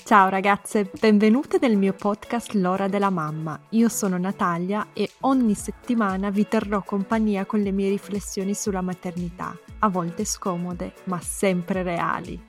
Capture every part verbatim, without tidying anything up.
Ciao ragazze, benvenute nel mio podcast L'ora della mamma. Io sono Natalia e ogni settimana vi terrò compagnia con le mie riflessioni sulla maternità, a volte scomode, ma sempre reali.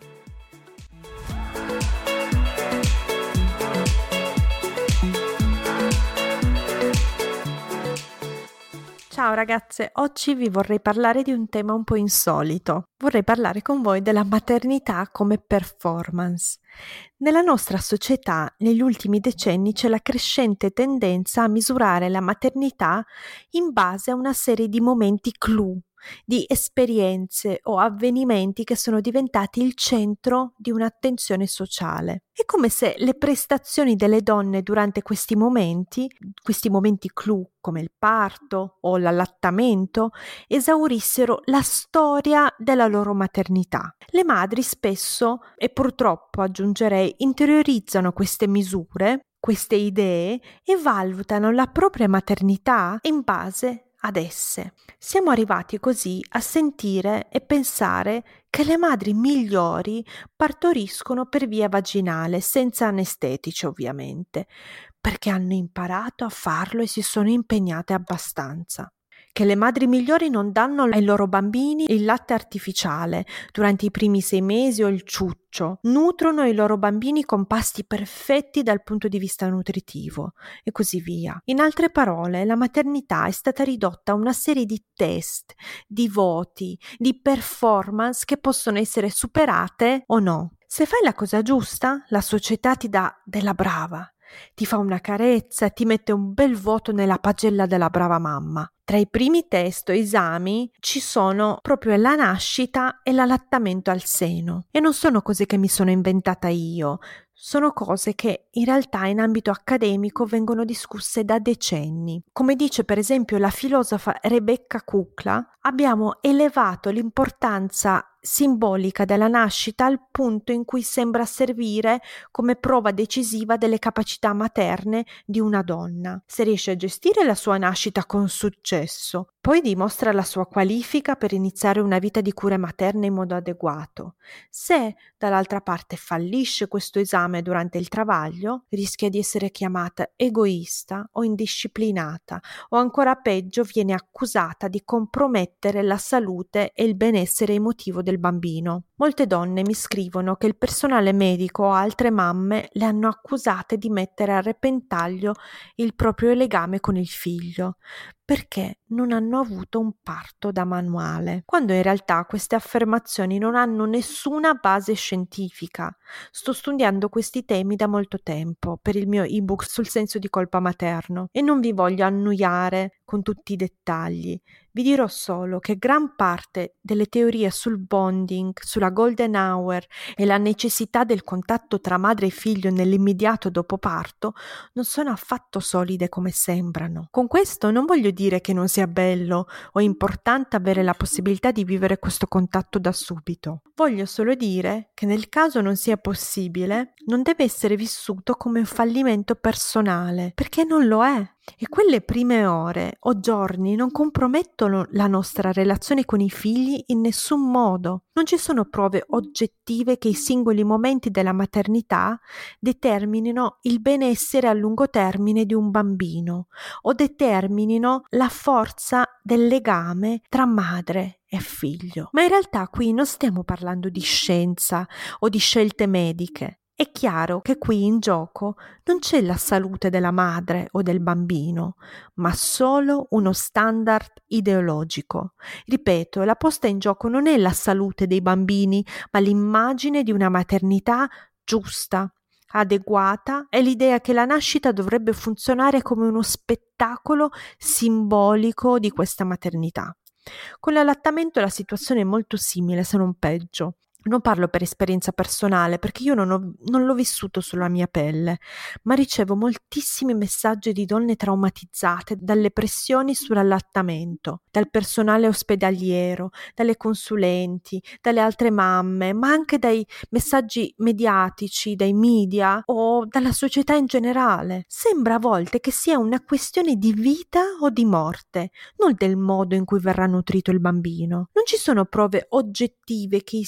Ciao ragazze, oggi vi vorrei parlare di un tema un po' insolito. Vorrei parlare con voi della maternità come performance. Nella nostra società, negli ultimi decenni, c'è la crescente tendenza a misurare la maternità in base a una serie di momenti clou, di esperienze o avvenimenti che sono diventati il centro di un'attenzione sociale. È come se le prestazioni delle donne durante questi momenti, questi momenti clou come il parto o l'allattamento, esaurissero la storia della loro maternità. Le madri spesso, e purtroppo aggiungerei, interiorizzano queste misure, queste idee e valutano la propria maternità in base ad esse. Siamo arrivati così a sentire e pensare che le madri migliori partoriscono per via vaginale, senza anestetici ovviamente, perché hanno imparato a farlo e si sono impegnate abbastanza. Che le madri migliori non danno ai loro bambini il latte artificiale durante i primi sei mesi o il ciuccio, nutrono i loro bambini con pasti perfetti dal punto di vista nutritivo e così via. In altre parole, la maternità è stata ridotta a una serie di test, di voti, di performance che possono essere superate o no. Se fai la cosa giusta, la società ti dà della brava. Ti fa una carezza e ti mette un bel voto nella pagella della brava mamma. Tra i primi test o esami ci sono proprio la nascita e l'allattamento al seno. E non sono cose che mi sono inventata io, sono cose che in realtà in ambito accademico vengono discusse da decenni. Come dice per esempio la filosofa Rebecca Kukla, abbiamo elevato l'importanza simbolica della nascita al punto in cui sembra servire come prova decisiva delle capacità materne di una donna. Se riesce a gestire la sua nascita con successo, poi dimostra la sua qualifica per iniziare una vita di cure materne in modo adeguato. Se dall'altra parte fallisce questo esame durante il travaglio, rischia di essere chiamata egoista o indisciplinata, o ancora peggio viene accusata di compromettere la salute e il benessere emotivo del bambino. Molte donne mi scrivono che il personale medico o altre mamme le hanno accusate di mettere a repentaglio il proprio legame con il figlio, perché non hanno avuto un parto da manuale, quando in realtà queste affermazioni non hanno nessuna base scientifica. Sto studiando questi temi da molto tempo per il mio ebook sul senso di colpa materno e non vi voglio annoiare con tutti i dettagli. Vi dirò solo che gran parte delle teorie sul bonding, sulla golden hour e la necessità del contatto tra madre e figlio nell'immediato dopo parto non sono affatto solide come sembrano. Con questo non voglio dire che non sia bello o importante avere la possibilità di vivere questo contatto da subito. Voglio solo dire che nel caso non sia possibile, non deve essere vissuto come un fallimento personale, perché non lo è. E quelle prime ore o giorni non compromettono la nostra relazione con i figli in nessun modo. Non ci sono prove oggettive che i singoli momenti della maternità determinino il benessere a lungo termine di un bambino o determinino la forza del legame tra madre e figlio. Ma in realtà qui non stiamo parlando di scienza o di scelte mediche. È chiaro che qui in gioco non c'è la salute della madre o del bambino, ma solo uno standard ideologico. Ripeto, la posta in gioco non è la salute dei bambini, ma l'immagine di una maternità giusta, adeguata e l'idea che la nascita dovrebbe funzionare come uno spettacolo simbolico di questa maternità. Con l'allattamento la situazione è molto simile, se non peggio. Non parlo per esperienza personale, perché io non, ho, non l'ho vissuto sulla mia pelle, ma ricevo moltissimi messaggi di donne traumatizzate dalle pressioni sull'allattamento, dal personale ospedaliero, dalle consulenti, dalle altre mamme, ma anche dai messaggi mediatici, dai media o dalla società in generale. Sembra a volte che sia una questione di vita o di morte, non del modo in cui verrà nutrito il bambino. Non ci sono prove oggettive che i singoli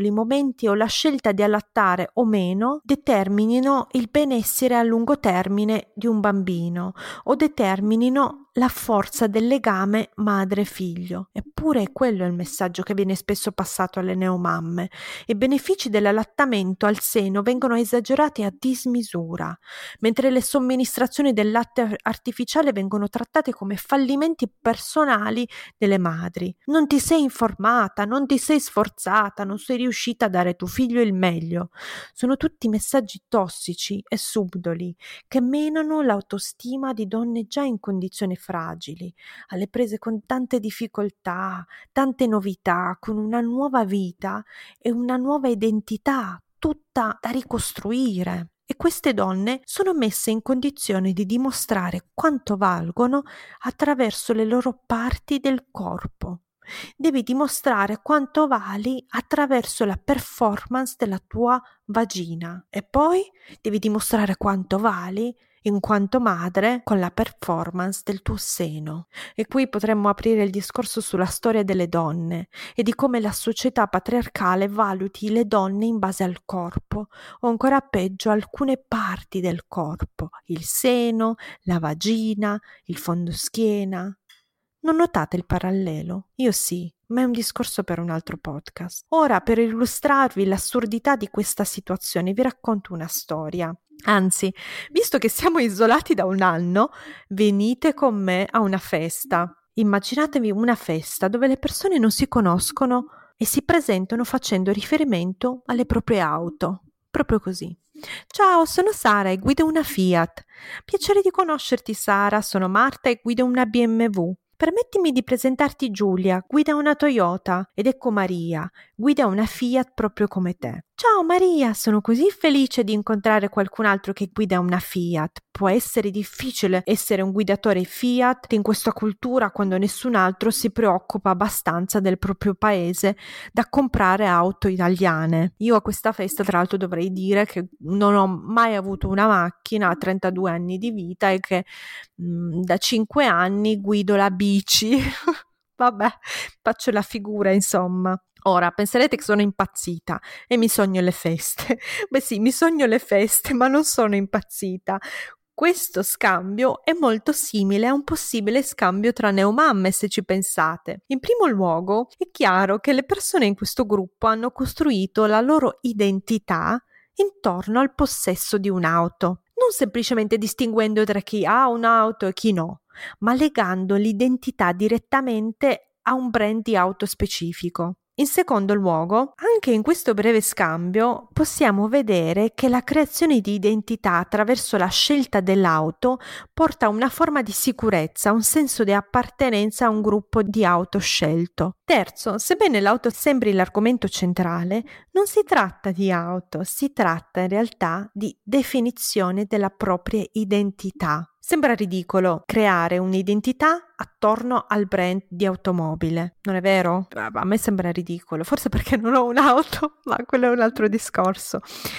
singoli momenti o la scelta di allattare o meno determinino il benessere a lungo termine di un bambino o determinino la forza del legame madre-figlio. Eppure è quello il messaggio che viene spesso passato alle neomamme. I benefici dell'allattamento al seno vengono esagerati a dismisura, mentre le somministrazioni del latte artificiale vengono trattate come fallimenti personali delle madri. Non ti sei informata, non ti sei sforzata, non sei riuscita a dare a tuo figlio il meglio. Sono tutti messaggi tossici e subdoli che menano l'autostima di donne già in condizioni fragili, alle prese con tante difficoltà, tante novità, con una nuova vita e una nuova identità, tutta da ricostruire. E queste donne sono messe in condizione di dimostrare quanto valgono attraverso le loro parti del corpo. Devi dimostrare quanto vali attraverso la performance della tua vagina e poi devi dimostrare quanto vali in quanto madre con la performance del tuo seno. E qui potremmo aprire il discorso sulla storia delle donne e di come la società patriarcale valuti le donne in base al corpo o ancora peggio alcune parti del corpo, il seno, la vagina, il fondoschiena. Non notate il parallelo? Io sì, ma è un discorso per un altro podcast. Ora, per illustrarvi l'assurdità di questa situazione, vi racconto una storia. Anzi, visto che siamo isolati da un anno, venite con me a una festa. Immaginatevi una festa dove le persone non si conoscono e si presentano facendo riferimento alle proprie auto. Proprio così. Ciao, sono Sara e guido una Fiat. Piacere di conoscerti, Sara. Sono Marta e guido una B M W. Permettimi di presentarti Giulia, guida una Toyota, ed ecco Maria, guida una Fiat proprio come te. Ciao Maria, sono così felice di incontrare qualcun altro che guida una Fiat. Può essere difficile essere un guidatore Fiat in questa cultura quando nessun altro si preoccupa abbastanza del proprio paese da comprare auto italiane. Io a questa festa tra l'altro dovrei dire che non ho mai avuto una macchina a trentadue anni di vita e che mh, da cinque anni guido la bici. Vabbè, faccio la figura insomma. Ora, penserete che sono impazzita e mi sogno le feste. Beh sì, mi sogno le feste, ma non sono impazzita. Questo scambio è molto simile a un possibile scambio tra neomamme, se ci pensate. In primo luogo, è chiaro che le persone in questo gruppo hanno costruito la loro identità intorno al possesso di un'auto, non semplicemente distinguendo tra chi ha un'auto e chi no, ma legando l'identità direttamente a un brand di auto specifico. In secondo luogo, anche in questo breve scambio possiamo vedere che la creazione di identità attraverso la scelta dell'auto porta a una forma di sicurezza, un senso di appartenenza a un gruppo di auto scelto. Terzo, sebbene l'auto sembri l'argomento centrale, non si tratta di auto, si tratta in realtà di definizione della propria identità. Sembra ridicolo creare un'identità attorno al brand di automobile, non è vero? A me sembra ridicolo, forse perché non ho un'auto, ma quello è un altro discorso.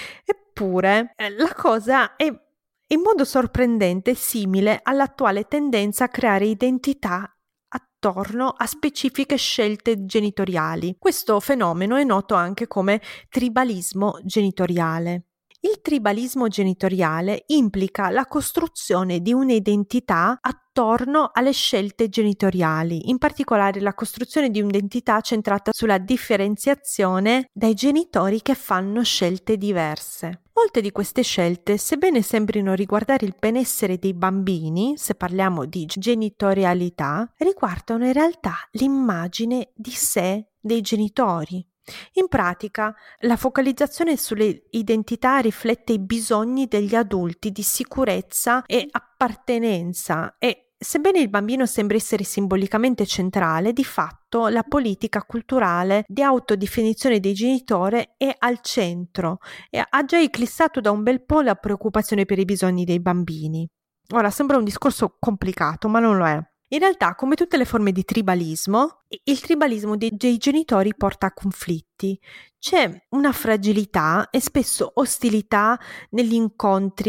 Eppure, la cosa è in modo sorprendente simile all'attuale tendenza a creare identità attorno a specifiche scelte genitoriali. Questo fenomeno è noto anche come tribalismo genitoriale. Il tribalismo genitoriale implica la costruzione di un'identità attorno alle scelte genitoriali, in particolare la costruzione di un'identità centrata sulla differenziazione dai genitori che fanno scelte diverse. Molte di queste scelte, sebbene sembrino riguardare il benessere dei bambini, se parliamo di genitorialità, riguardano in realtà l'immagine di sé dei genitori. In pratica, la focalizzazione sulle identità riflette i bisogni degli adulti di sicurezza e appartenenza e, sebbene il bambino sembri essere simbolicamente centrale, di fatto la politica culturale di autodefinizione dei genitori è al centro e ha già eclissato da un bel po' la preoccupazione per i bisogni dei bambini. Ora, sembra un discorso complicato, ma non lo è. In realtà, come tutte le forme di tribalismo, il tribalismo dei, dei genitori porta a conflitti. C'è una fragilità e spesso ostilità negli incontri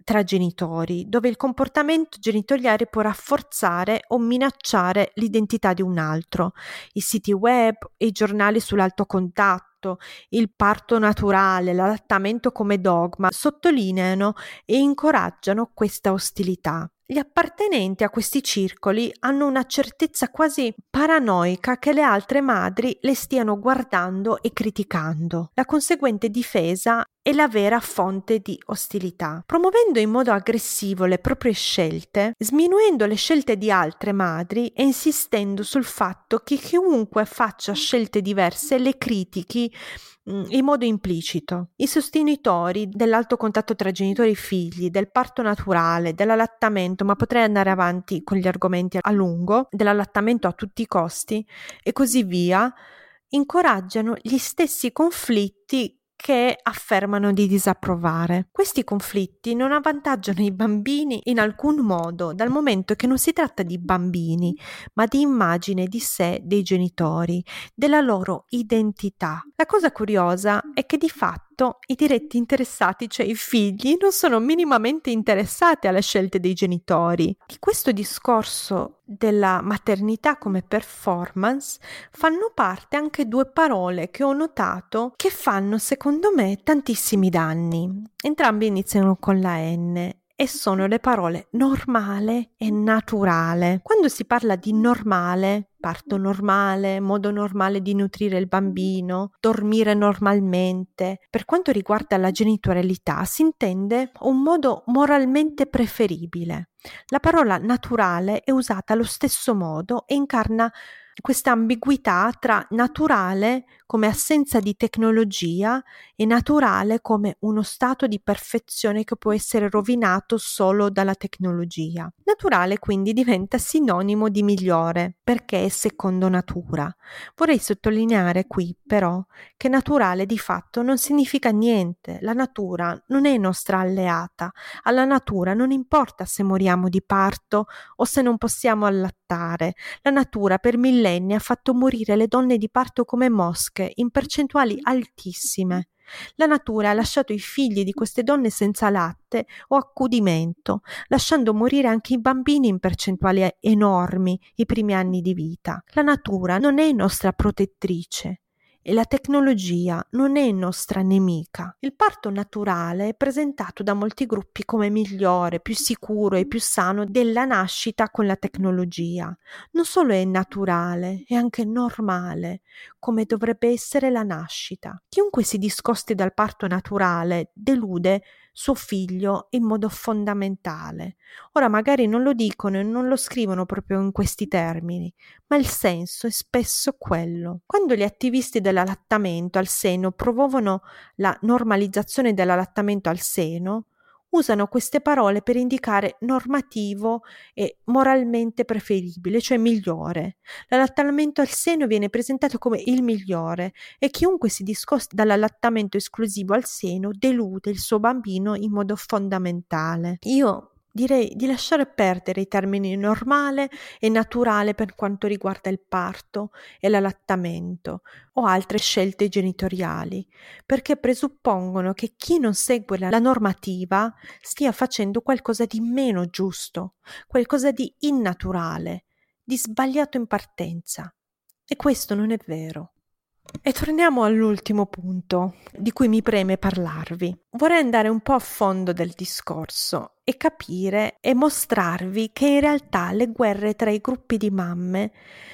tra genitori, dove il comportamento genitoriale può rafforzare o minacciare l'identità di un altro. I siti web e i giornali sull'alto contatto, il parto naturale, l'allattamento come dogma sottolineano e incoraggiano questa ostilità. Gli appartenenti a questi circoli hanno una certezza quasi paranoica che le altre madri le stiano guardando e criticando. La conseguente difesa è la vera fonte di ostilità. Promuovendo in modo aggressivo le proprie scelte, sminuendo le scelte di altre madri e insistendo sul fatto che chiunque faccia scelte diverse le critichi in modo implicito. I sostenitori dell'alto contatto tra genitori e figli, del parto naturale, dell'allattamento, ma potrei andare avanti con gli argomenti a lungo, dell'allattamento a tutti i costi e così via, incoraggiano gli stessi conflitti che affermano di disapprovare. Questi conflitti non avvantaggiano i bambini in alcun modo, dal momento che non si tratta di bambini, ma di immagine di sé dei genitori, della loro identità. La cosa curiosa è che di fatto i diretti interessati, cioè i figli, non sono minimamente interessati alle scelte dei genitori. Di questo discorso della maternità come performance fanno parte anche due parole che ho notato che fanno secondo me tantissimi danni. Entrambi iniziano con la N e sono le parole normale e naturale. Quando si parla di normale, parto normale, modo normale di nutrire il bambino, dormire normalmente, per quanto riguarda la genitorialità si intende un modo moralmente preferibile. La parola naturale è usata allo stesso modo e incarna questa ambiguità tra naturale come assenza di tecnologia e naturale come uno stato di perfezione che può essere rovinato solo dalla tecnologia. Naturale quindi diventa sinonimo di migliore perché è secondo natura. Vorrei sottolineare qui però che naturale di fatto non significa niente. La natura non è nostra alleata. Alla natura non importa se moriamo di parto o se non possiamo allattare. La natura per millenni ha fatto morire le donne di parto come mosche in percentuali altissime. La natura ha lasciato i figli di queste donne senza latte o accudimento, lasciando morire anche i bambini in percentuali enormi i primi anni di vita. La natura non è nostra protettrice e la tecnologia non è nostra nemica. Il parto naturale è presentato da molti gruppi come migliore, più sicuro e più sano della nascita con la tecnologia. Non solo è naturale, è anche normale, come dovrebbe essere la nascita. Chiunque si discosti dal parto naturale delude suo figlio in modo fondamentale. Ora magari non lo dicono e non lo scrivono proprio in questi termini, ma il senso è spesso quello. Quando gli attivisti dell'allattamento al seno promuovono la normalizzazione dell'allattamento al seno, usano queste parole per indicare normativo e moralmente preferibile, cioè migliore. L'allattamento al seno viene presentato come il migliore e chiunque si discosta dall'allattamento esclusivo al seno delude il suo bambino in modo fondamentale. Io direi di lasciare perdere i termini normale e naturale per quanto riguarda il parto e l'allattamento o altre scelte genitoriali, perché presuppongono che chi non segue la normativa stia facendo qualcosa di meno giusto, qualcosa di innaturale, di sbagliato in partenza. E questo non è vero. E torniamo all'ultimo punto di cui mi preme parlarvi. Vorrei andare un po' a fondo del discorso e capire e mostrarvi che in realtà le guerre tra i gruppi di mamme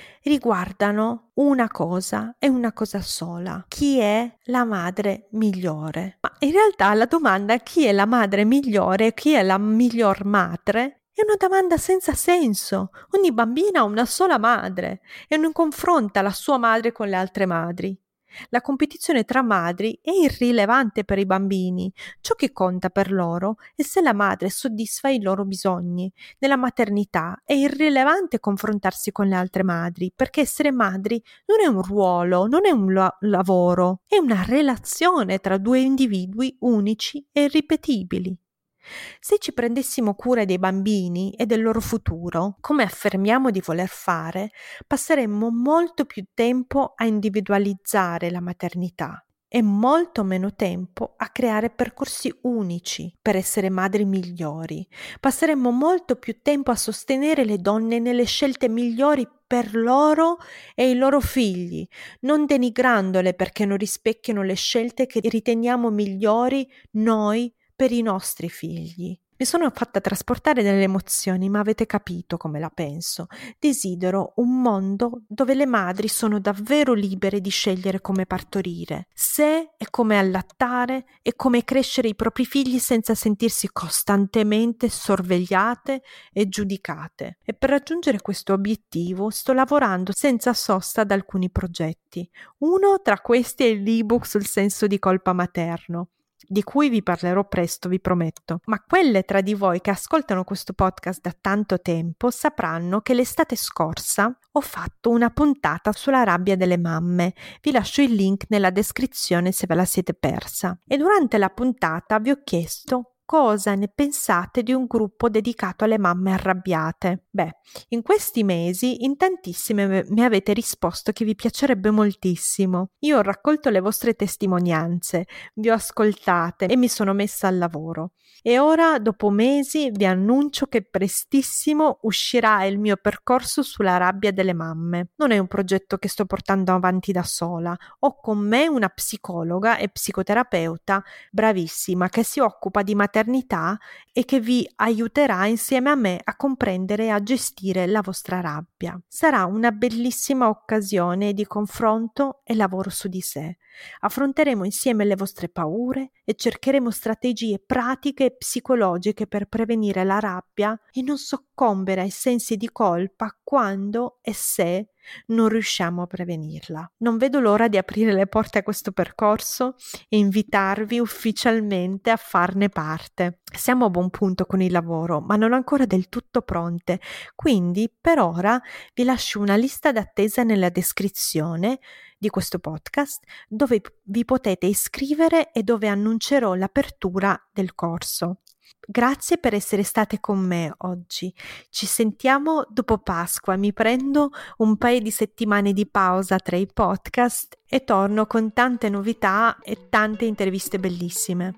riguardano una cosa e una cosa sola: chi è la madre migliore? Ma in realtà la domanda chi è la madre migliore, chi è la miglior madre, è una domanda senza senso. Ogni bambina ha una sola madre e non confronta la sua madre con le altre madri. La competizione tra madri è irrilevante per i bambini. Ciò che conta per loro è se la madre soddisfa i loro bisogni. Nella maternità è irrilevante confrontarsi con le altre madri, perché essere madri non è un ruolo, non è un la- lavoro, è una relazione tra due individui unici e irripetibili. Se ci prendessimo cura dei bambini e del loro futuro, come affermiamo di voler fare, passeremmo molto più tempo a individualizzare la maternità e molto meno tempo a creare percorsi unici per essere madri migliori. Passeremmo molto più tempo a sostenere le donne nelle scelte migliori per loro e i loro figli, non denigrandole perché non rispecchiano le scelte che riteniamo migliori noi per i nostri figli. Mi sono fatta trasportare dalle emozioni, ma avete capito come la penso. Desidero un mondo dove le madri sono davvero libere di scegliere come partorire, se e come allattare e come crescere i propri figli senza sentirsi costantemente sorvegliate e giudicate. E per raggiungere questo obiettivo sto lavorando senza sosta ad alcuni progetti. Uno tra questi è l'ebook sul senso di colpa materno, di cui vi parlerò presto, vi prometto. Ma quelle tra di voi che ascoltano questo podcast da tanto tempo sapranno che l'estate scorsa ho fatto una puntata sulla rabbia delle mamme. Vi lascio il link nella descrizione se ve la siete persa. E durante la puntata vi ho chiesto cosa ne pensate di un gruppo dedicato alle mamme arrabbiate. Beh, in questi mesi in tantissime mi avete risposto che vi piacerebbe moltissimo. Io ho raccolto le vostre testimonianze, vi ho ascoltate e mi sono messa al lavoro. E ora, dopo mesi, vi annuncio che prestissimo uscirà il mio percorso sulla rabbia delle mamme. Non è un progetto che sto portando avanti da sola. Ho con me una psicologa e psicoterapeuta bravissima che si occupa di maternità e che vi aiuterà insieme a me a comprendere e a gestire la vostra rabbia. Sarà una bellissima occasione di confronto e lavoro su di sé. Affronteremo insieme le vostre paure e cercheremo strategie pratiche e psicologiche per prevenire la rabbia e non soccombere ai sensi di colpa quando e se non riusciamo a prevenirla. Non vedo l'ora di aprire le porte a questo percorso e invitarvi ufficialmente a farne parte. Siamo a buon punto con il lavoro, ma non ancora del tutto pronte, quindi per ora vi lascio una lista d'attesa nella descrizione di questo podcast dove vi potete iscrivere e dove annuncerò l'apertura del corso. Grazie per essere state con me oggi. Ci sentiamo dopo Pasqua. Mi prendo un paio di settimane di pausa tra i podcast e torno con tante novità e tante interviste bellissime.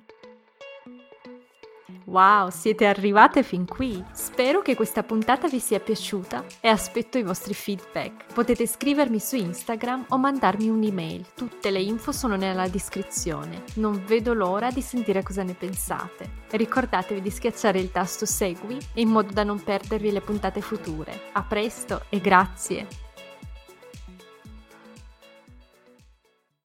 Wow, siete arrivate fin qui! Spero che questa puntata vi sia piaciuta e aspetto i vostri feedback. Potete scrivermi su Instagram o mandarmi un'email. Tutte le info sono nella descrizione. Non vedo l'ora di sentire cosa ne pensate. Ricordatevi di schiacciare il tasto segui in modo da non perdervi le puntate future. A presto e grazie!